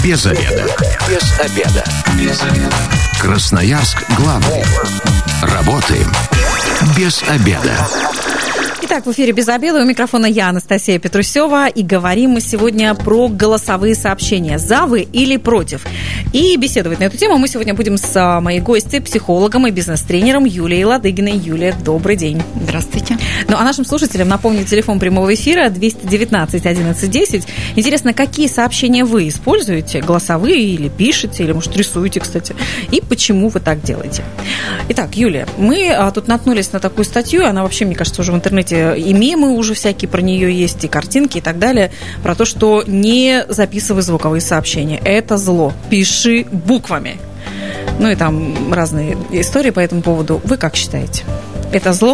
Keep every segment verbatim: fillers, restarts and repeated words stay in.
Без обеда. Без обеда. Без обеда. Красноярск главный. Работаем без обеда. Итак, в эфире «Без обеда». У микрофона я, Анастасия Петрусева. И говорим мы сегодня про голосовые сообщения. За вы или против? И беседовать на эту тему мы сегодня будем с моей гостьей, психологом и бизнес-тренером Юлией Ладыгиной. Юлия, добрый день. Здравствуйте. Ну, а нашим слушателям напомню телефон прямого эфира двести девятнадцать одиннадцать десять. Интересно, какие сообщения вы используете? Голосовые или пишете, или, может, рисуете, кстати. И почему вы так делаете? Итак, Юлия, мы а, тут наткнулись на такую статью. Она вообще, мне кажется, уже в интернете и мемы уже всякие про нее есть, и картинки, и так далее, про то, что не записывай звуковые сообщения. Это зло. Пиши буквами. Ну и там разные истории по этому поводу. Вы как считаете? Это зло?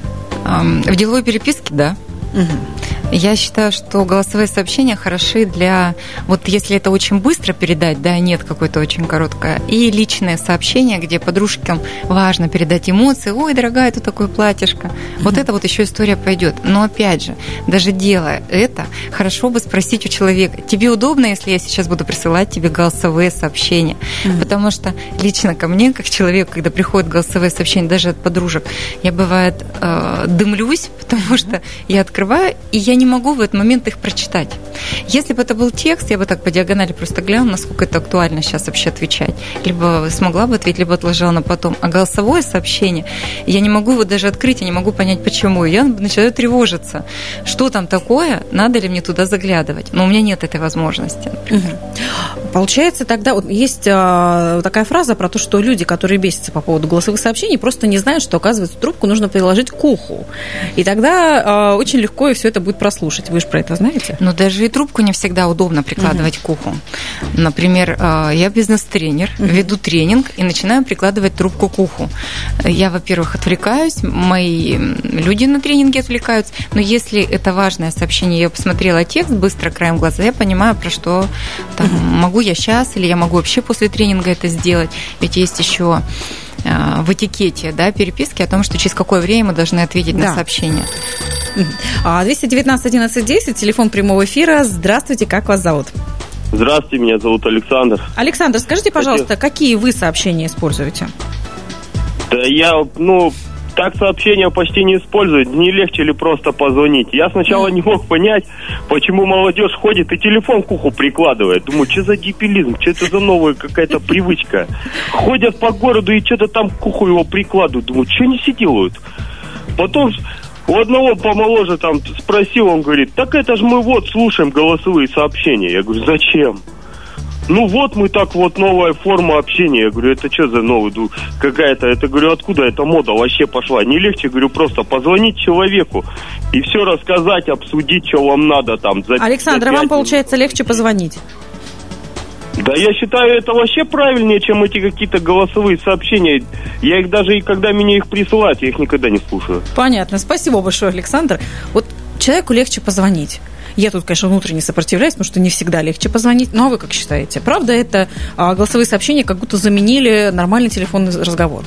В деловой переписке, да. Угу. Я считаю, что голосовые сообщения хороши для... Вот если это очень быстро передать, да, нет какое-то очень короткое, и личное сообщение, где подружкам важно передать эмоции. Ой, дорогая, тут такое платьишко. Mm-hmm. Вот это вот еще история пойдет. Но опять же, даже делая это, хорошо бы спросить у человека, тебе удобно, если я сейчас буду присылать тебе голосовые сообщения? Mm-hmm. Потому что лично ко мне, как человеку, когда приходят голосовые сообщения, даже от подружек, я, бывает, э, дымлюсь, потому mm-hmm. что я открываю, и я не могу в этот момент их прочитать. Если бы это был текст, я бы так по диагонали просто глянула, насколько это актуально сейчас вообще отвечать. Либо смогла бы ответить, либо отложила на потом. А голосовое сообщение, я не могу его даже открыть, я не могу понять, почему. Я начинаю тревожиться. Что там такое? Надо ли мне туда заглядывать? Но у меня нет этой возможности. Угу. Получается, тогда вот есть а, такая фраза про то, что люди, которые бесятся по поводу голосовых сообщений, просто не знают, что, оказывается, трубку нужно приложить к уху. И тогда а, очень легко и все это будет прослушать. Вы же про это знаете? Но даже и трубку не всегда удобно прикладывать uh-huh. к уху. Например, я бизнес-тренер, uh-huh. веду тренинг и начинаю прикладывать трубку к уху. Я, во-первых, отвлекаюсь, мои люди на тренинге отвлекаются, но если это важное сообщение, я посмотрела текст быстро краем глаза, я понимаю, про что там, uh-huh. могу я сейчас или я могу вообще после тренинга это сделать. Ведь есть еще в этикете, да, переписки о том, что через какое время мы должны ответить да. на сообщение. двести девятнадцать одиннадцать десять, телефон прямого эфира. Здравствуйте, как вас зовут? Здравствуйте, меня зовут Александр. Александр, скажите, пожалуйста, какие вы сообщения используете? Да я, ну, так сообщения почти не использую. Не легче ли просто позвонить? Я сначала не мог понять, почему молодежь ходит и телефон к уху прикладывает. Думаю, что за дебилизм, что это за новая какая-то привычка. Ходят по городу и что-то там к уху его прикладывают. Думаю, что они все делают? Потом у одного помоложе там спросил, он говорит, так это же мы вот слушаем голосовые сообщения. Я говорю, зачем? Ну вот мы так вот, новая форма общения. Я говорю, это что за новая какая-то? Это, говорю, откуда эта мода вообще пошла? Не легче, говорю, просто позвонить человеку и все рассказать, обсудить, что вам надо там. За, Александр, а вам, получается, легче позвонить? Да, я считаю, это вообще правильнее, чем эти какие-то голосовые сообщения. Я их даже, и когда мне их присылают, я их никогда не слушаю. Понятно. Спасибо большое, Александр. Вот человеку легче позвонить. Я тут, конечно, внутренне сопротивляюсь, потому что не всегда легче позвонить. Ну, а вы как считаете? Правда, это а, голосовые сообщения как будто заменили нормальный телефонный разговор?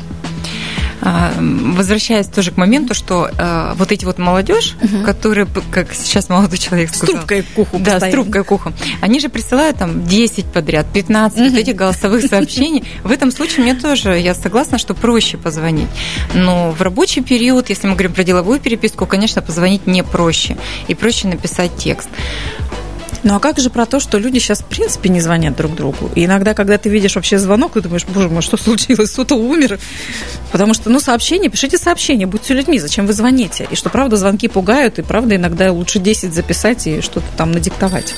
Возвращаясь тоже к моменту, что э, вот эти вот молодежь, uh-huh. которые, как сейчас молодой человек сказал, с трубкой к уху, да, с трубкой к уху, они же присылают там десять подряд, пятнадцать uh-huh. вот этих голосовых сообщений. В этом случае мне тоже, я согласна, что проще позвонить. Но в рабочий период, если мы говорим про деловую переписку, конечно, позвонить не проще. И проще написать текст. Ну а как же про то, что люди сейчас в принципе не звонят друг другу? И иногда, когда ты видишь вообще звонок, ты думаешь, боже мой, что случилось? Кто-то умер. Потому что, ну, сообщение, пишите сообщение, будьте людьми, зачем вы звоните? И что, правда, звонки пугают, и, правда, иногда лучше десять записать и что-то там надиктовать.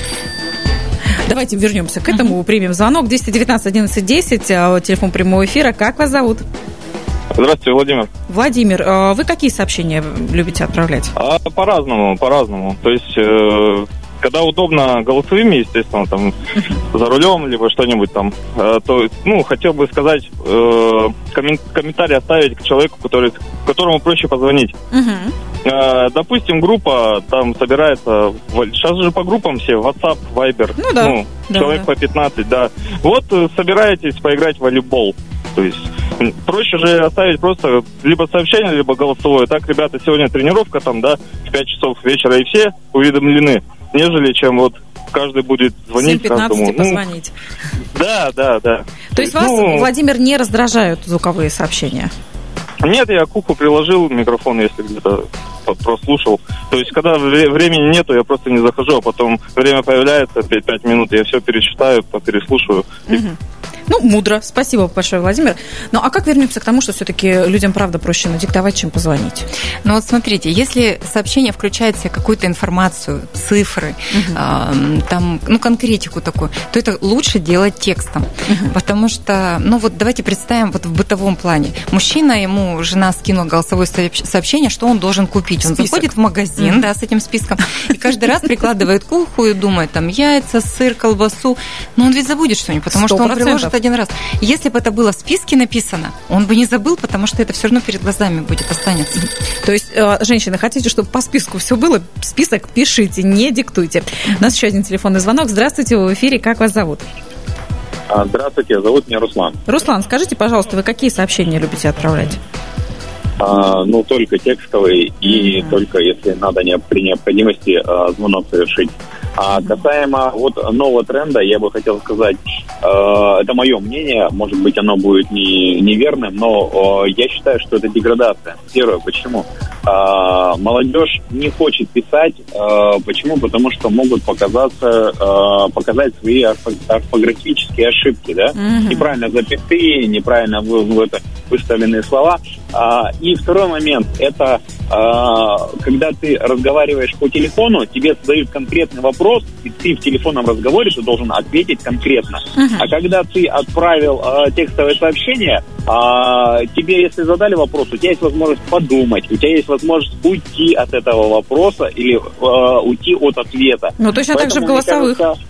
Давайте вернемся к этому, примем звонок. двести девятнадцать одиннадцать десять, телефон прямого эфира. Как вас зовут? Здравствуйте, Владимир. Владимир, вы какие сообщения любите отправлять? А, по-разному, по-разному. То есть... Э... Когда удобно голосовыми, естественно, там, за рулем, либо что-нибудь там, э, то, ну, хотел бы сказать, э, коммен- комментарий оставить к человеку, который, которому проще позвонить. Uh-huh. Э, допустим, группа там собирается, сейчас же по группам все, WhatsApp, Viber, ну, да. ну да, человек да. по пятнадцать, да. Вот собираетесь поиграть в волейбол. То есть проще же оставить просто либо сообщение, либо голосовое. Так, ребята, сегодня тренировка там, да, в пять часов вечера, и все уведомлены, нежели чем вот каждый будет звонить каждому. семь пятнадцать позвонить. Ну, да, да, да. То есть вас, ну, Владимир, не раздражают звуковые сообщения? Нет, я к уху приложил микрофон, если где-то прослушал. То есть, когда времени нету, я просто не захожу, а потом время появляется, пять минут, я все перечитаю, переслушаю. Угу. Ну, мудро. Спасибо большое, Владимир. Ну, а как вернемся к тому, что все-таки людям, правда, проще надиктовать, чем позвонить? Ну, вот смотрите, если сообщение включает в себя какую-то информацию, цифры, угу. э, там, ну, конкретику такую, то это лучше делать текстом. Угу. Потому что, ну, вот давайте представим вот в бытовом плане. Мужчина, ему жена скинула голосовое сообщение, что он должен купить. Он Список. заходит в магазин, угу. да, с этим списком, и каждый раз прикладывает к уху и думает, там, яйца, сыр, колбасу. Но он ведь забудет что-нибудь, потому сто процентов. Что он приложит один раз. Если бы это было в списке написано, он бы не забыл, потому что это все равно перед глазами будет, останется. То есть, женщины, хотите, чтобы по списку все было? Список пишите, не диктуйте. У нас еще один телефонный звонок. Здравствуйте, вы в эфире. Как вас зовут? Здравствуйте, зовут меня Руслан. Руслан, скажите, пожалуйста, вы какие сообщения любите отправлять? А, ну, только текстовые и mm-hmm. только если надо не, при необходимости а, звонок совершить. А касаемо вот нового тренда, я бы хотел сказать, э, это мое мнение, может быть, оно будет не, неверным, но э, я считаю, что это деградация. Первое, почему? Э, молодежь не хочет писать, э, почему? Потому что могут показаться, э, показать свои орфографические ошибки, да? Mm-hmm. Неправильно запятые, неправильно в, в это выставленные слова. А, и второй момент, это а, когда ты разговариваешь по телефону, тебе задают конкретный вопрос, и ты в телефонном разговоре ты должен ответить конкретно. Uh-huh. А когда ты отправил а, текстовое сообщение, а, тебе, если задали вопрос, у тебя есть возможность подумать, у тебя есть возможность уйти от этого вопроса или а, уйти от ответа. Ну, точно Поэтому, так же в голосовых. Кажется,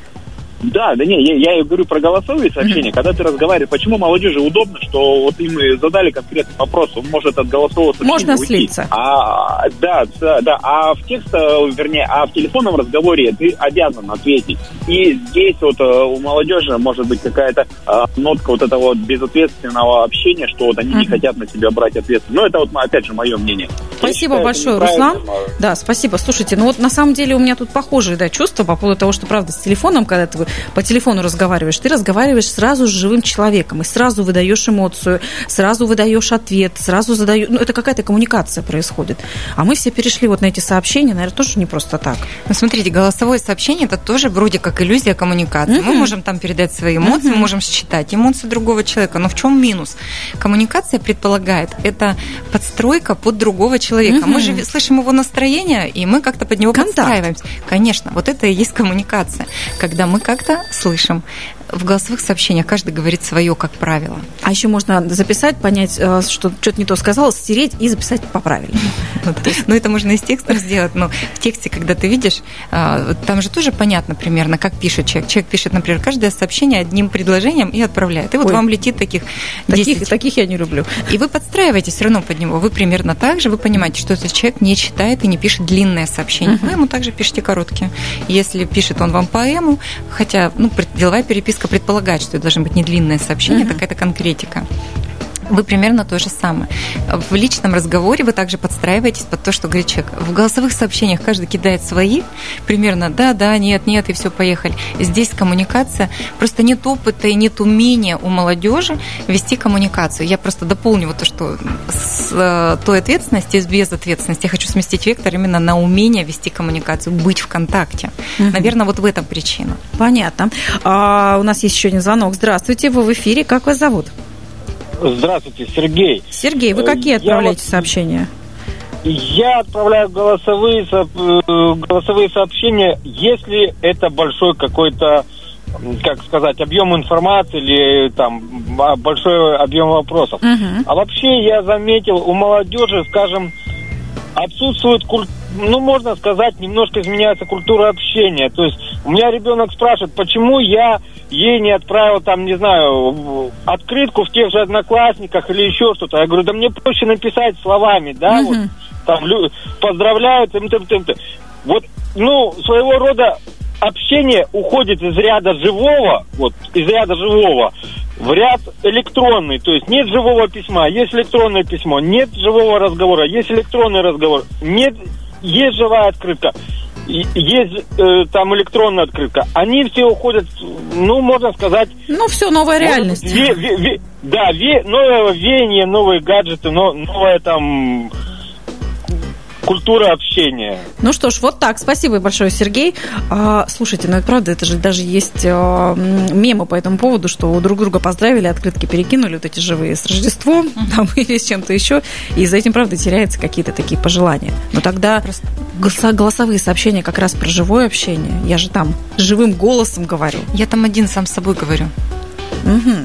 Да, да не, я, я говорю про голосовые сообщения. Mm-hmm. Когда ты разговариваешь, почему молодежи удобно, что вот им задали конкретный вопрос, он может от голосового сообщения Можно уйти. слиться. А, да, да, да, а в текст, вернее, а в телефонном разговоре ты обязан ответить. И здесь вот у молодежи может быть какая-то а, нотка вот этого вот безответственного общения, что вот они mm-hmm. не хотят на себя брать ответственность. Но это вот, опять же, мое мнение. Спасибо считаю, большое, Руслан. Да, спасибо. Слушайте, ну вот на самом деле у меня тут похожие, да, чувства по поводу того, что, правда, с телефоном, когда ты по телефону разговариваешь, ты разговариваешь сразу с живым человеком и сразу выдаешь эмоцию, сразу выдаешь ответ, сразу задаешь... Ну, это какая-то коммуникация происходит. А мы все перешли вот на эти сообщения, наверное, тоже не просто так. Ну, смотрите, голосовое сообщение – это тоже вроде как иллюзия коммуникации. Uh-huh. Мы можем там передать свои эмоции, uh-huh. мы можем считать эмоции другого человека. Но в чем минус? Коммуникация предполагает, это подстройка под другого человека. Uh-huh. Мы же слышим его настроение, и мы как-то под него Контакт. подстраиваемся. Конечно, вот это и есть коммуникация. Когда мы как-то слышим. В голосовых сообщениях каждый говорит свое, как правило. А еще можно записать, понять, что что-то не то сказал, стереть и записать по-правильному. Ну, это можно и с текстом сделать, но в тексте, когда ты видишь, там же тоже понятно примерно, как пишет человек. Человек пишет, например, каждое сообщение одним предложением и отправляет. И вот Ой. вам летит таких десять. Таких, таких я не люблю. И вы подстраиваетесь все равно под него. Вы примерно так же, вы понимаете, что этот человек не читает и не пишет длинное сообщение. Uh-huh. Вы ему также пишите короткие. Если пишет он вам поэму, хотя ну, деловая переписка предполагает, что это должно быть не длинное сообщение, uh-huh. это какая-то конкретика. Вы примерно то же самое. В личном разговоре вы также подстраиваетесь под то, что говорит человек. В голосовых сообщениях каждый кидает свои, примерно да, да, нет, нет, и все, поехали. Здесь коммуникация, просто нет опыта и нет умения у молодежи вести коммуникацию. Я просто дополню вот то, что с той ответственности, с безответственности я хочу сместить вектор именно на умение вести коммуникацию, быть в контакте. Угу. Наверное, вот в этом причина. Понятно. А, у нас есть еще один звонок. Здравствуйте, вы в эфире. Как вас зовут? Здравствуйте, Сергей. Сергей, вы какие отправляете я сообщения? Я отправляю голосовые, голосовые сообщения, если это большой какой-то, как сказать, объем информации или там большой объем вопросов. Uh-huh. А вообще я заметил, у молодежи, скажем, отсутствует культура, ну, можно сказать, немножко изменяется культура общения. То есть у меня ребенок спрашивает, почему я ей не отправил, там, не знаю, открытку в тех же Одноклассниках или еще что-то. Я говорю, да мне проще написать словами, да, uh-huh. вот, там, лю- поздравляют, тем, тем, тем, тем. Вот, ну, своего рода общение уходит из ряда живого, вот, из ряда живого в ряд электронный. То есть нет живого письма, есть электронное письмо, нет живого разговора, есть электронный разговор, нет, есть живая открытка. есть э, там электронная открытка. Они все уходят, ну, можно сказать... Ну, все, новая реальность. Ве, ве, ве, да, ве, новое веяние, новые гаджеты, но, новая там... культура общения. Ну что ж, вот так. Спасибо большое, Сергей. А, слушайте, ну это правда, это же даже есть а, мемы по этому поводу, что друг друга поздравили, открытки перекинули, вот эти живые, с Рождеством, uh-huh. там, или с чем-то еще, и за этим, правда, теряются какие-то такие пожелания. Но тогда Просто... голосовые сообщения как раз про живое общение. Я же там живым голосом говорю. Я там один сам с собой говорю. Угу.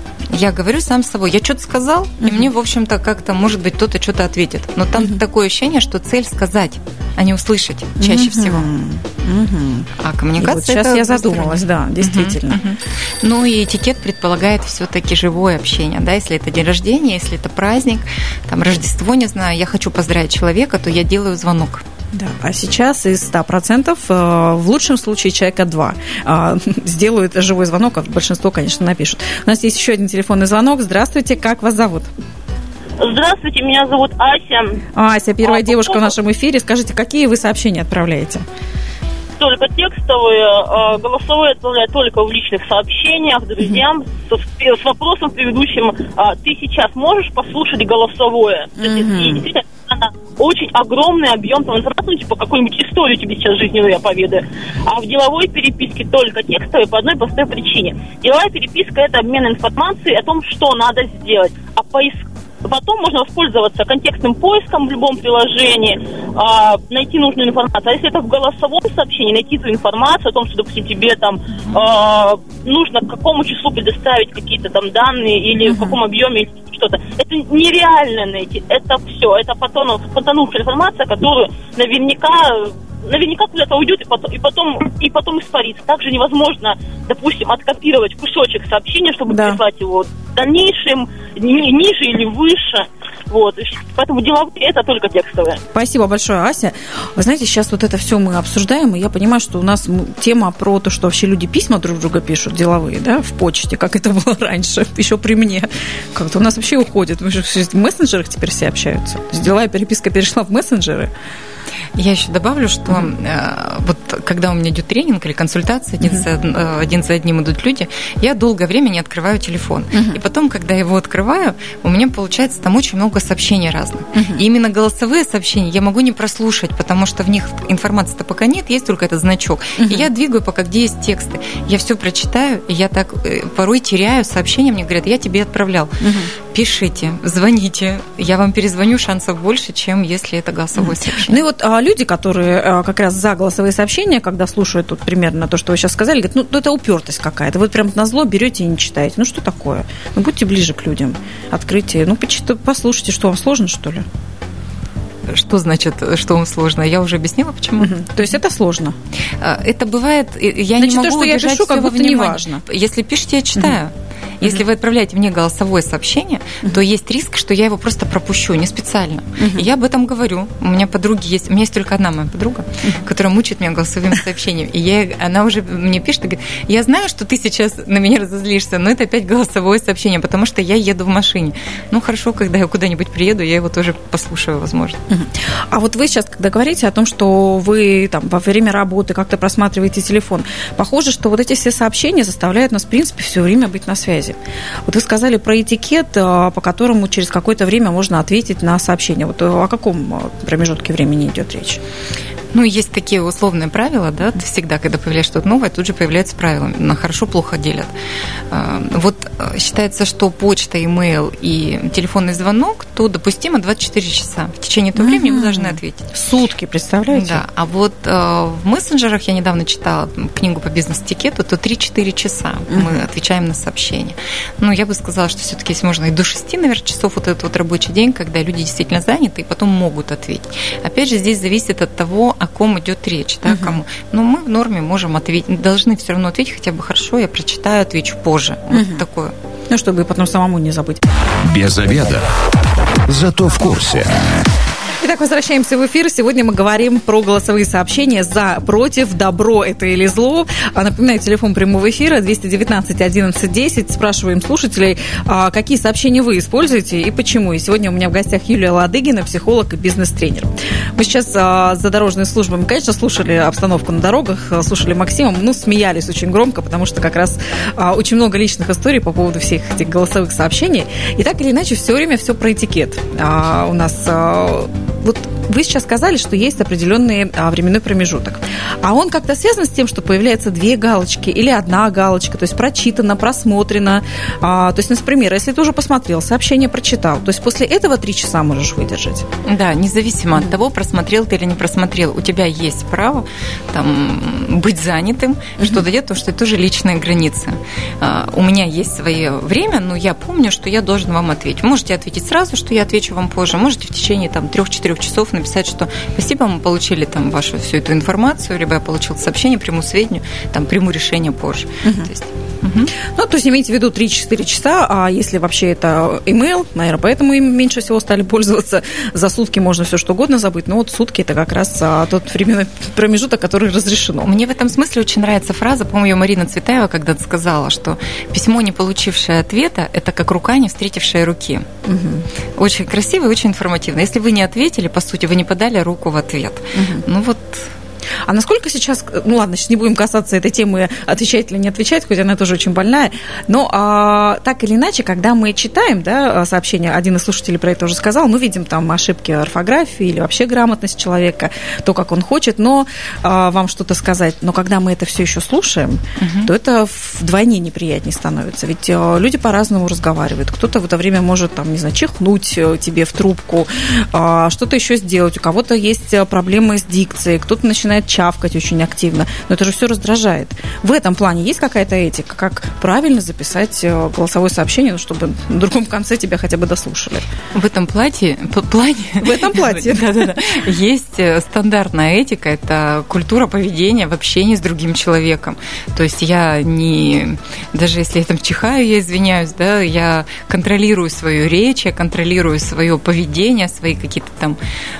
Я говорю сам с собой. Я что-то сказал, uh-huh. и мне, в общем-то, как-то, может быть, кто-то что-то ответит. Но там uh-huh. такое ощущение, что цель сказать, а не услышать чаще uh-huh. всего. Uh-huh. А коммуникация... Вот сейчас я задумалась, да, действительно. Uh-huh. Uh-huh. Ну и этикет предполагает все-таки живое общение. Да? Если это день рождения, если это праздник, там, Рождество, не знаю, я хочу поздравить человека, то я делаю звонок. Да, а сейчас из ста процентов в лучшем случае человека два сделают живой звонок, а большинство, конечно, напишут. У нас есть еще один телефонный звонок. Здравствуйте, как вас зовут? Здравствуйте, меня зовут Ася. Ася, первая а, девушка в нашем эфире. Скажите, какие вы сообщения отправляете? Только текстовые, голосовые отправляю только в личных сообщениях друзьям uh-huh. с, с вопросом предыдущим: ты сейчас можешь послушать голосовое? Uh-huh. И действительно, очень огромный объем там информации, ну, типа какую-нибудь историю тебе сейчас жизненную я поведаю. А в деловой переписке только текстовые по одной простой причине. Деловая переписка – это обмен информацией о том, что надо сделать. А поиск Потом можно воспользоваться контекстным поиском в любом приложении, а, найти нужную информацию. А если это в голосовом сообщении, найти ту информацию о том, что, допустим, тебе там а, нужно к какому числу предоставить какие-то там данные или uh-huh. в каком объеме что-то. Это нереально найти. Это все. Это потом потонувшая информация, которую наверняка... наверняка куда-то уйдет и потом, и потом, и потом испарится. Также невозможно, допустим, откопировать кусочек сообщения, чтобы да. прислать его дальнейшим, ни, ниже или выше. Вот. Поэтому деловые это только текстовые. Спасибо большое, Ася. Вы знаете, сейчас вот это все мы обсуждаем, и я понимаю, что у нас тема про то, что вообще люди письма друг друга пишут, деловые, да, в почте, как это было раньше, еще при мне. Как-то у нас вообще уходит. В мессенджерах теперь все общаются. То есть деловая переписка перешла в мессенджеры. Я еще добавлю, что mm-hmm. э, вот когда у меня идет тренинг или консультация, один, mm-hmm. за, один за одним идут люди, я долгое время не открываю телефон. Mm-hmm. И потом, когда я его открываю, у меня получается там очень много сообщений разных. Mm-hmm. И именно голосовые сообщения я могу не прослушать, потому что в них информации-то пока нет, есть только этот значок. Mm-hmm. И я двигаю пока, где есть тексты. Я все прочитаю, и я так э, порой теряю сообщения, мне говорят, я тебе отправлял. Mm-hmm. Пишите, звоните, я вам перезвоню, шансов больше, чем если это голосовое mm-hmm. сообщение. Ну и вот а, люди, которые а, как раз за голосовые сообщения, когда слушают тут примерно то, что вы сейчас сказали, говорят, ну это упертость какая-то, вы прям назло берете и не читаете. Ну что такое? Ну будьте ближе к людям, открытие, ну почитайте, послушайте, что вам сложно, что ли? Что значит, что вам сложно? Я уже объяснила, почему. Угу. То есть это сложно? Это бывает, я Значит, не могу то, что я пишу, как будто не важно. Если пишете, я читаю. Угу. Если вы отправляете мне голосовое сообщение, uh-huh. то есть риск, что я его просто пропущу, не специально. Uh-huh. И я об этом говорю. У меня подруги есть, у меня есть только одна моя подруга, uh-huh. которая мучает меня голосовыми сообщениями. И я, она уже мне пишет и говорит, я знаю, что ты сейчас на меня разозлишься, но это опять голосовое сообщение, потому что я еду в машине. Ну, хорошо, когда я куда-нибудь приеду, я его тоже послушаю, возможно. Uh-huh. А вот вы сейчас, когда говорите о том, что вы там во время работы как-то просматриваете телефон, похоже, что вот эти все сообщения заставляют нас, в принципе, все время быть на связи. Вот вы сказали про этикет, по которому через какое-то время можно ответить на сообщение. Вот о каком промежутке времени идет речь? Ну, есть такие условные правила, да, всегда, когда появляется что-то новое, тут же появляются правила, на хорошо-плохо делят. Вот считается, что почта, имейл и телефонный звонок, то допустимо двадцать четыре часа. В течение этого времени вы должны ответить. Сутки, представляете? Да, а вот в мессенджерах, я недавно читала книгу по бизнес-этикету, то три-четыре часа мы отвечаем на сообщения. Ну, я бы сказала, что все-таки если можно и до шести, наверное, часов вот этот вот рабочий день, когда люди действительно заняты и потом могут ответить. Опять же, здесь зависит от того, о ком идет речь, да, uh-huh. кому. Но мы в норме можем ответить, должны все равно ответить хотя бы хорошо, я прочитаю, отвечу позже. Uh-huh. Вот такое. Ну, чтобы потом самому не забыть. Без обеда. Зато в курсе. Итак, возвращаемся в эфир. Сегодня мы говорим про голосовые сообщения за, против, добро это или зло. Напоминаю, телефон прямого эфира двести девятнадцать одиннадцать десять. Спрашиваем слушателей, какие сообщения вы используете и почему. И сегодня у меня в гостях Юлия Ладыгина, психолог и бизнес-тренер. Мы сейчас за дорожной службой, мы, конечно, слушали обстановку на дорогах, слушали Максима, ну, смеялись очень громко, потому что как раз очень много личных историй по поводу всех этих голосовых сообщений. И так или иначе, все время все про этикет. А, у нас... Вот вы сейчас сказали, что есть определенный а, временной промежуток. А он как-то связан с тем, что появляются две галочки или одна галочка, то есть прочитано, просмотрено. А, то есть, например, если ты уже посмотрел, сообщение прочитал, то есть после этого три часа можешь выдержать? Да, независимо mm-hmm. от того, просмотрел ты или не просмотрел, у тебя есть право там, быть занятым, mm-hmm. что-то делать, потому что это тоже личная граница. А, у меня есть свое время, но я помню, что я должен вам ответить. Вы можете ответить сразу, что я отвечу вам позже, можете в течение там, трех-четырех часов написать, что спасибо, мы получили там вашу всю эту информацию, либо я получил сообщение, приму сведению, там приму решение позже. Uh-huh. То есть, uh-huh. Ну, то есть имейте в виду три-четыре часа, а если вообще это имейл, наверное, поэтому им меньше всего стали пользоваться. За сутки можно все что угодно забыть, но вот сутки это как раз а, тот временной промежуток, который разрешено. Мне в этом смысле очень нравится фраза, по-моему, ее Марина Цветаева когда-то сказала, что письмо, не получившее ответа, это как рука, не встретившая руки. Uh-huh. Очень красиво и очень информативно. Если вы не ответили, по сути, вы не подали руку в ответ. Угу. Ну вот... А насколько сейчас, ну ладно, сейчас не будем касаться этой темы, отвечать или не отвечать, хоть она тоже очень больная, но а, так или иначе, когда мы читаем, да, сообщение, один из слушателей про это уже сказал, мы видим там ошибки орфографии или вообще грамотность человека, то, как он хочет, но а, вам что-то сказать, но когда мы это все еще слушаем, угу. то это вдвойне неприятнее становится, ведь а, люди по-разному разговаривают, кто-то в это время может, там, не знаю, чихнуть тебе в трубку, а, что-то еще сделать, у кого-то есть проблемы с дикцией, кто-то начинает чавкать очень активно. Но это же все раздражает. В этом плане есть какая-то этика, как правильно записать голосовое сообщение, чтобы на другом конце тебя хотя бы дослушали? В этом платье, плане... В этом платье. Да-да-да. Есть стандартная этика, это культура поведения в общении с другим человеком. То есть я не... Даже если я там чихаю, я извиняюсь, да, я контролирую свою речь, я контролирую свое поведение, свои какие-то там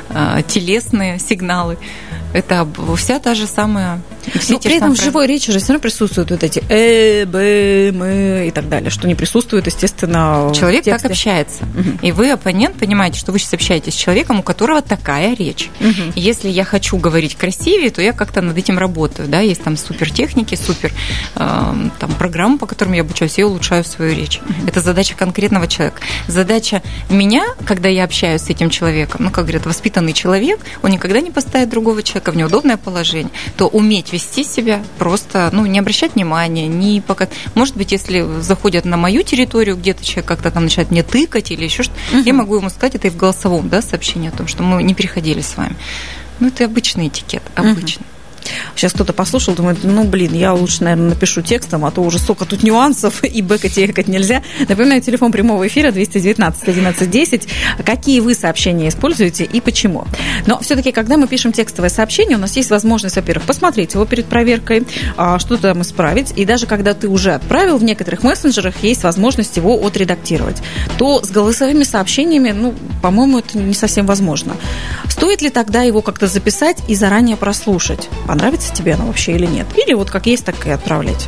телесные сигналы. Это вся та же самая... Но при этом в живой речи же все равно присутствуют вот эти э, б, мы и так далее, что не присутствует, естественно, человек так общается. Угу. И вы, оппонент, понимаете, что вы сейчас общаетесь с человеком, у которого такая речь. Угу. Если я хочу говорить красивее, то я как-то над этим работаю. Да? Есть там супертехники, супер э, там, программы, по которым я обучаюсь, и улучшаю свою речь. Угу. Это задача конкретного человека. Задача меня, когда я общаюсь с этим человеком, ну, как говорят, воспитанный человек, он никогда не поставит другого человека в неудобное положение, то уметь вести себя, просто, ну, не обращать внимания, не пока... Может быть, если заходят на мою территорию, где-то человек как-то там начинает мне тыкать или еще что-то, uh-huh. я могу ему сказать это и в голосовом, да, сообщении о том, что мы не переходили с вами. Ну, это обычный этикет, обычный. Uh-huh. Сейчас кто-то послушал, думает, ну, блин, я лучше, наверное, напишу текстом, а то уже столько тут нюансов, и бэкать и экать нельзя. Напоминаю, телефон прямого эфира двести девятнадцать одиннадцать десять. Какие вы сообщения используете и почему? Но все-таки, когда мы пишем текстовое сообщение, у нас есть возможность, во-первых, посмотреть его перед проверкой, что-то там исправить, и даже когда ты уже отправил, в некоторых мессенджерах есть возможность его отредактировать. То с голосовыми сообщениями, ну, по-моему, это не совсем возможно. Стоит ли тогда его как-то записать и заранее прослушать? Понравится тебе оно вообще или нет? Или вот как есть, так и отправлять?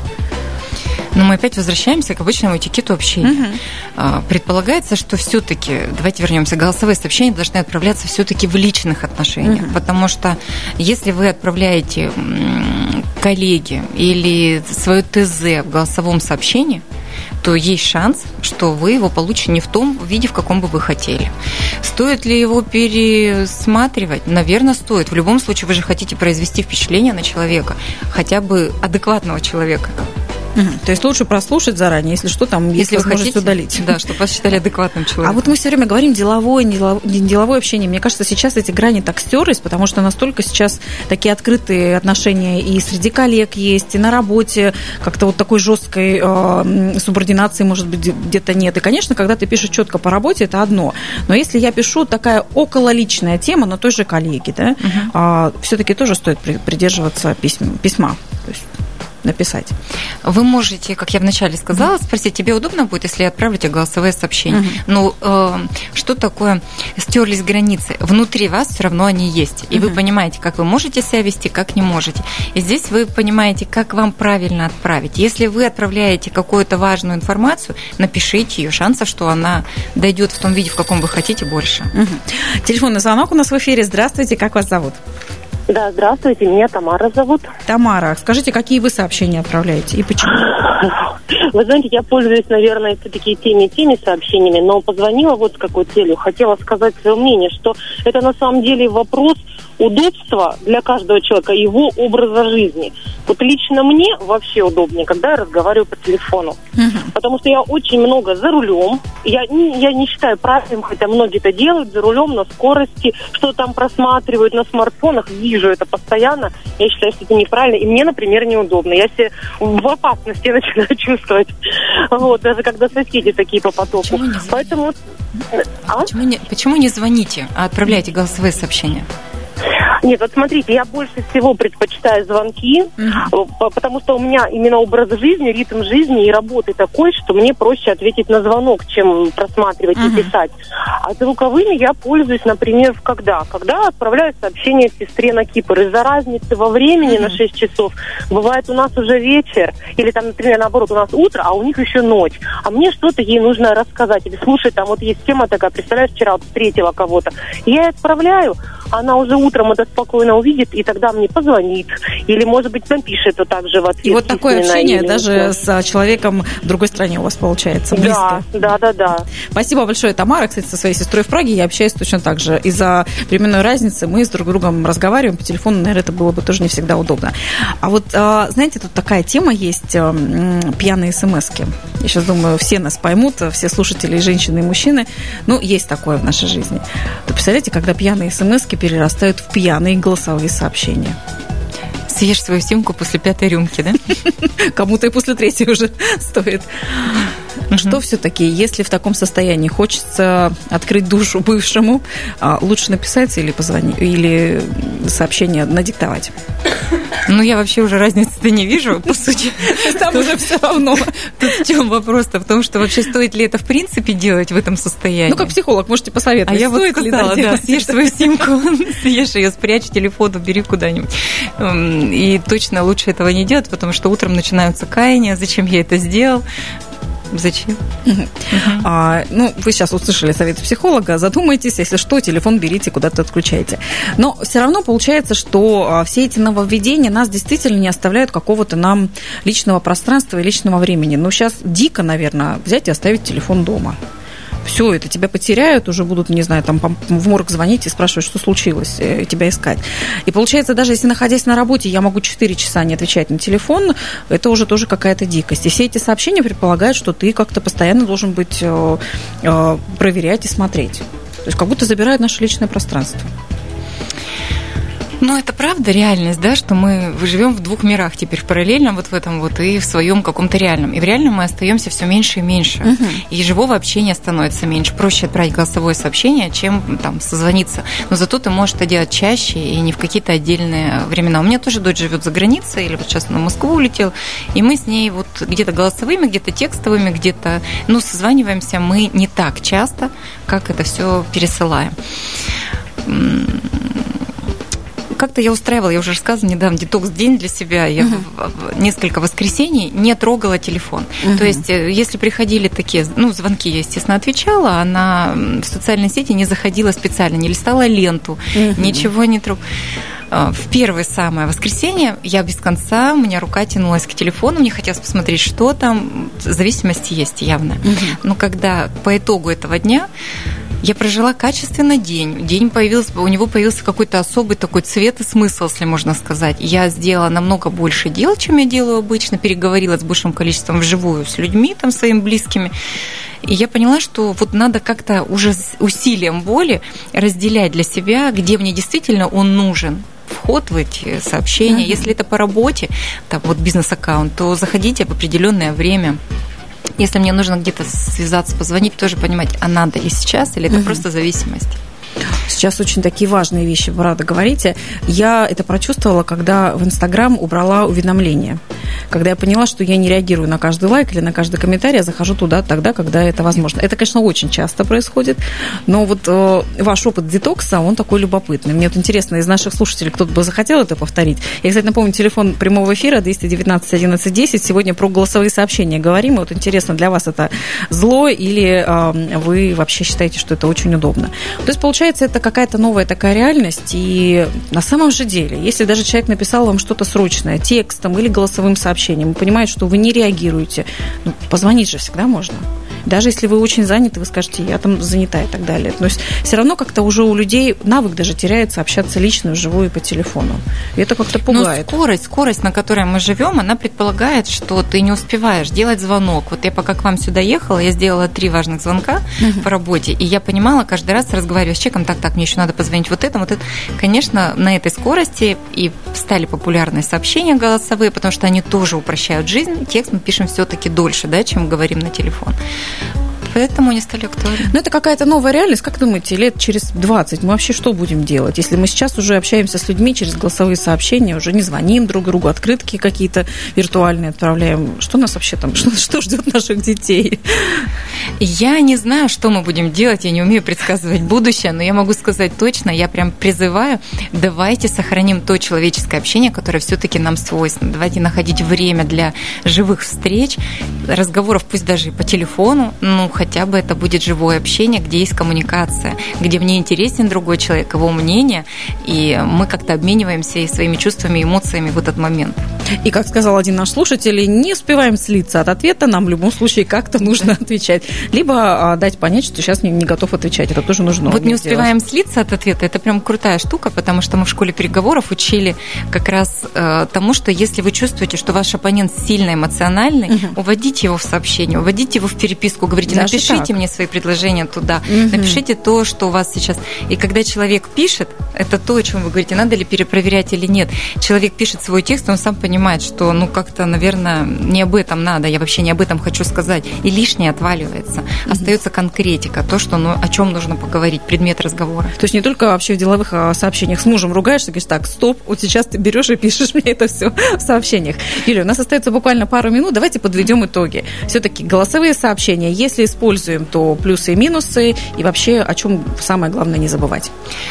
Но мы опять возвращаемся к обычному этикету общения. Uh-huh. Предполагается, что все-таки, давайте вернемся, голосовые сообщения должны отправляться все-таки в личных отношениях, uh-huh. потому что если вы отправляете коллеге или свое ТЗ в голосовом сообщении, то есть шанс, что вы его получите не в том виде, в каком бы вы хотели. Стоит ли его пересматривать? Наверное, стоит. В любом случае, вы же хотите произвести впечатление на человека, хотя бы адекватного человека. Угу. То есть лучше прослушать заранее, если что, там есть если возможность удалить. Да, чтобы вас считали адекватным человеком. А вот мы все время говорим деловое, неделовое общение. Мне кажется, сейчас эти грани так стерлись, потому что настолько сейчас такие открытые отношения и среди коллег есть, и на работе как-то вот такой жесткой э, субординации, может быть, где-то нет. И, конечно, когда ты пишешь четко по работе, это одно. Но если я пишу такая окололичная тема на той же коллеге, да, угу. э, все-таки тоже стоит придерживаться письма. письма. То есть написать? Вы можете, как я вначале сказала, спросить, тебе удобно будет, если я отправлю тебе голосовые сообщения. Uh-huh. Ну, э, что такое стерлись границы? Внутри вас все равно они есть. И uh-huh. вы понимаете, как вы можете себя вести, как не можете. И здесь вы понимаете, как вам правильно отправить. Если вы отправляете какую-то важную информацию, напишите ее. Шансов, что она дойдет в том виде, в каком вы хотите, больше. Uh-huh. Телефонный звонок у нас в эфире. Здравствуйте, как вас зовут? Да, здравствуйте, меня Тамара зовут. Тамара, скажите, какие вы сообщения отправляете и почему? Вы знаете, я пользуюсь, наверное, все-таки теми теми сообщениями, но позвонила вот с какой целью. Хотела сказать свое мнение, что это на самом деле вопрос удобства для каждого человека, его образа жизни. Вот лично мне вообще удобнее, когда я разговариваю по телефону. Uh-huh. Потому что я очень много за рулем. Я не, я не считаю правильным, хотя многие это делают, за рулем, на скорости, что там просматривают на смартфонах, вижу это постоянно. Я считаю, что это неправильно. И мне, например, неудобно. Я себя в опасности начинаю чувствовать. Вот, даже когда соседи такие по потоку. Поэтому... А? Почему, не, почему не звоните, а отправляете голосовые сообщения? Нет, вот смотрите, я больше всего предпочитаю звонки, uh-huh. потому что у меня именно образ жизни, ритм жизни и работы такой, что мне проще ответить на звонок, чем просматривать uh-huh. и писать. А звуковыми я пользуюсь, например, когда? Когда отправляю сообщение сестре на Кипр. Из-за разницы во времени uh-huh. на шесть часов бывает у нас уже вечер, или там, например, наоборот, у нас утро, а у них еще ночь. А мне что-то ей нужно рассказать. Или слушай, там вот есть тема такая, представляешь, вчера вот встретила кого-то. Я ей отправляю, она уже утром это спокойно увидит, и тогда мне позвонит. Или, может быть, напишет вот так же в ответ. И вот такое общение даже с человеком в другой стране у вас получается, близко. Да, да, да, да. Спасибо большое, Тамара. Кстати, со своей сестрой в Праге я общаюсь точно так же. Из-за временной разницы мы с друг другом разговариваем по телефону, наверное, это было бы тоже не всегда удобно. А вот, знаете, тут такая тема есть, пьяные смс-ки. Я сейчас думаю, все нас поймут, все слушатели, и женщины, и мужчины. Ну, есть такое в нашей жизни. То представляете, когда пьяные смс-ки перерастают в пьяные голосовые сообщения. Съешь свою симку после пятой рюмки, да? Кому-то и после третьей уже стоит. Mm-hmm. Что все-таки, если в таком состоянии хочется открыть душу бывшему, лучше написать или позвонить, или сообщение надиктовать? Ну, я вообще уже разницы-то не вижу, по сути. Там уже все равно. Тут в чем вопрос-то? В том, что вообще стоит ли это в принципе делать в этом состоянии? Ну, как психолог, можете посоветовать. А я вот сказала, да, съешь свою симку, съешь ее, спрячь телефон, убери куда-нибудь. И точно лучше этого не делать, потому что утром начинаются каяния, зачем я это сделал. Зачем? Uh-huh. Uh-huh. А, ну, вы сейчас услышали совет психолога, задумайтесь, если что, телефон берите, куда-то отключайте. Но все равно получается, что а, все эти нововведения нас действительно не оставляют какого-то нам личного пространства и личного времени. Ну, сейчас дико, наверное, взять и оставить телефон дома. Все, это тебя потеряют, уже будут, не знаю, там в морг звонить и спрашивать, что случилось, и тебя искать. И получается, даже если, находясь на работе, я могу четыре часа не отвечать на телефон, это уже тоже какая-то дикость. И все эти сообщения предполагают, что ты как-то постоянно должен быть э, э, проверять и смотреть. То есть как будто забирают наше личное пространство. Ну, это правда реальность, да, что мы живем в двух мирах теперь, в параллельном вот в этом вот и в своем каком-то реальном. И в реальном мы остаемся все меньше и меньше. Uh-huh. И живого общения становится меньше. Проще отправить голосовое сообщение, чем там созвониться. Но зато ты можешь это делать чаще и не в какие-то отдельные времена. У меня тоже дочь живет за границей, или вот сейчас на Москву улетел, и мы с ней вот где-то голосовыми, где-то текстовыми, где-то, ну, созваниваемся мы не так часто, как это все пересылаем. Как-то я устраивала, я уже рассказывала недавно, детокс-день для себя. Я uh-huh. несколько воскресений не трогала телефон. Uh-huh. То есть, если приходили такие, ну, звонки, я, естественно, отвечала, она в социальной сети не заходила специально, не листала ленту, uh-huh. ничего не трогала. В первое самое воскресенье я без конца, у меня рука тянулась к телефону, мне хотелось посмотреть, что там. Зависимость есть явно. Uh-huh. Но когда по итогу этого дня я прожила качественно день. День появился, у него появился какой-то особый такой цвет и смысл, если можно сказать. Я сделала намного больше дел, чем я делаю обычно, переговорила с большим количеством вживую с людьми, там, своими близкими. И я поняла, что вот надо как-то уже с усилием воли разделять для себя, где мне действительно он нужен. Вход в эти сообщения. Uh-huh. Если это по работе, там вот бизнес-аккаунт, то заходите в определенное время. Если мне нужно где-то связаться, позвонить, тоже понимать, а надо ли сейчас, или это угу. просто зависимость. Сейчас очень такие важные вещи, правда, говорите. Я это прочувствовала, когда в Инстаграм убрала уведомления. когда я поняла, что я не реагирую на каждый лайк или на каждый комментарий, я захожу туда тогда, когда это возможно. Это, конечно, очень часто происходит, но вот э, ваш опыт детокса, он такой любопытный. Мне вот интересно, из наших слушателей кто-то бы захотел это повторить. Я, кстати, напомню, телефон прямого эфира двести девятнадцать одиннадцать десять. Сегодня про голосовые сообщения говорим. И вот интересно, для вас это зло или э, вы вообще считаете, что это очень удобно? То есть, получается, это какая-то новая такая реальность, и на самом же деле, если даже человек написал вам что-то срочное, текстом или голосовым сообщением, вы понимаете, что вы не реагируете, ну, позвонить же всегда можно. Даже если вы очень заняты, вы скажете, я там занята и так далее. То есть все равно как-то уже у людей навык даже теряется общаться лично, вживую по телефону. И это как-то пугает. Но скорость, скорость, на которой мы живем, она предполагает, что ты не успеваешь делать звонок. Вот я пока к вам сюда ехала, я сделала три важных звонка uh-huh. по работе, и я понимала, каждый раз разговариваю с человеком, так, так, мне еще надо позвонить вот этому, вот это. Конечно, на этой скорости и стали популярны сообщения голосовые, потому что они тоже упрощают жизнь. Текст мы пишем все-таки дольше, да, чем говорим на телефон. Поэтому они стали актуальны. Но это какая-то новая реальность. Как думаете, лет через двадцать мы вообще что будем делать? Если мы сейчас уже общаемся с людьми через голосовые сообщения, уже не звоним друг другу, открытки какие-то виртуальные отправляем. Что нас вообще там, что, что ждет наших детей? Я не знаю, что мы будем делать, я не умею предсказывать будущее, но я могу сказать точно, я прям призываю, давайте сохраним то человеческое общение, которое все-таки нам свойственно. Давайте находить время для живых встреч, разговоров, пусть даже и по телефону, ну, хотя бы это будет живое общение, где есть коммуникация, где мне интересен другой человек, его мнение, и мы как-то обмениваемся и своими чувствами, эмоциями в этот момент. И, как сказал один наш слушатель, не успеваем слиться от ответа, нам в любом случае как-то нужно отвечать. Либо а, дать понять, что сейчас не, не готов отвечать. Это тоже нужно. Вот не успеваем сделать. слиться от ответа, это прям крутая штука, потому что мы в школе переговоров учили как раз э, тому, что если вы чувствуете, что ваш оппонент сильно эмоциональный, угу. уводите его в сообщение, уводите его в переписку, говорите, Даже напишите так. мне свои предложения туда, угу. напишите то, что у вас сейчас. И когда человек пишет, это то, о чем вы говорите, надо ли перепроверять или нет. Человек пишет свой текст, он сам понимает, что, ну, как-то, наверное, не об этом надо, я вообще не об этом хочу сказать. И лишнее отваливается. Угу. Остается конкретика, то, что, ну, о чем нужно поговорить, предмет разговора. То есть не только вообще в деловых сообщениях с мужем ругаешься, говоришь, так, стоп, вот сейчас ты берешь и пишешь мне это все в сообщениях. Юлия, у нас остается буквально пару минут, давайте подведем итоги. Все-таки голосовые сообщения, если используем, то плюсы и минусы, и вообще о чем самое главное не забывать.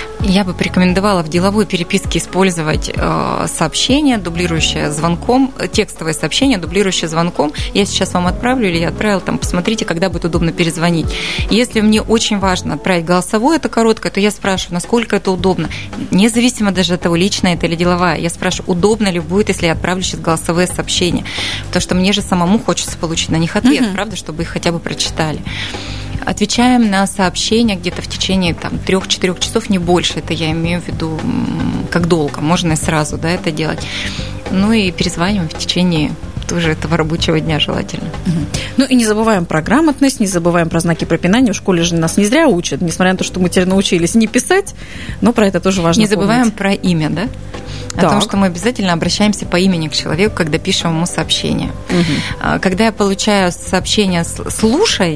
Я бы порекомендовала в деловой переписке использовать э, сообщение, дублирующее звонком, текстовое сообщение, дублирующее звонком. Я сейчас вам отправлю или я отправила, там, посмотрите, когда будет удобно перезвонить. Если мне очень важно отправить голосовое, это короткое, то я спрашиваю, насколько это удобно. Независимо даже от того, личное это или деловая. Я спрашиваю, удобно ли будет, если я отправлю сейчас голосовые сообщения. Потому что мне же самому хочется получить на них ответ, uh-huh. правда, чтобы их хотя бы прочитали. Отвечаем на сообщения где-то в течение там, трех-четырех часов, не больше. Это я имею в виду как долго. Можно и сразу, да, это делать. Ну и перезваниваем в течение тоже этого рабочего дня желательно. Угу. Ну и не забываем про грамотность, не забываем про знаки препинания. В школе же нас не зря учат, несмотря на то, что мы теперь научились не писать, но про это тоже важно Не забываем помнить. Про имя, да? Так. О том, что мы обязательно обращаемся по имени к человеку, когда пишем ему сообщение. Угу. Когда я получаю сообщение «слушай»,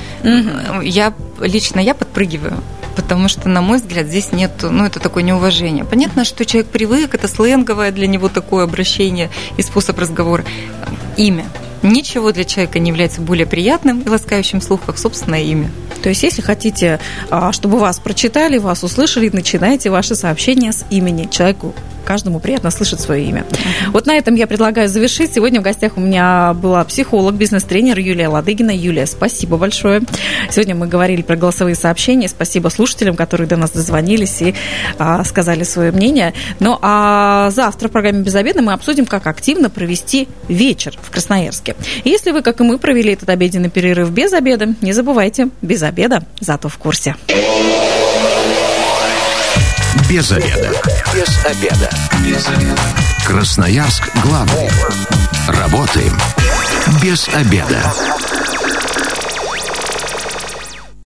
угу. я, лично я подпрыгиваю. Потому что, на мой взгляд, здесь нет, ну, это такое неуважение. Понятно, что человек привык, это сленговое для него такое обращение и способ разговора. Имя. Ничего для человека не является более приятным и ласкающим слух, как собственное имя. То есть, если хотите, чтобы вас прочитали, вас услышали, начинайте ваше сообщение с имени. Человеку, каждому приятно слышать свое имя. Uh-huh. Вот на этом я предлагаю завершить. Сегодня в гостях у меня была психолог, бизнес-тренер Юлия Ладыгина. Юлия, спасибо большое. Сегодня мы говорили про голосовые сообщения. Спасибо слушателям, которые до нас дозвонились и а, сказали свое мнение. Ну, а завтра в программе «Без обеда» мы обсудим, как активно провести вечер в Красноярске. И если вы, как и мы, провели этот обеденный перерыв без обеда, не забывайте, без обеда, зато в курсе. Без обеда. Без обеда. Без обеда. Красноярск главный. Работаем без обеда.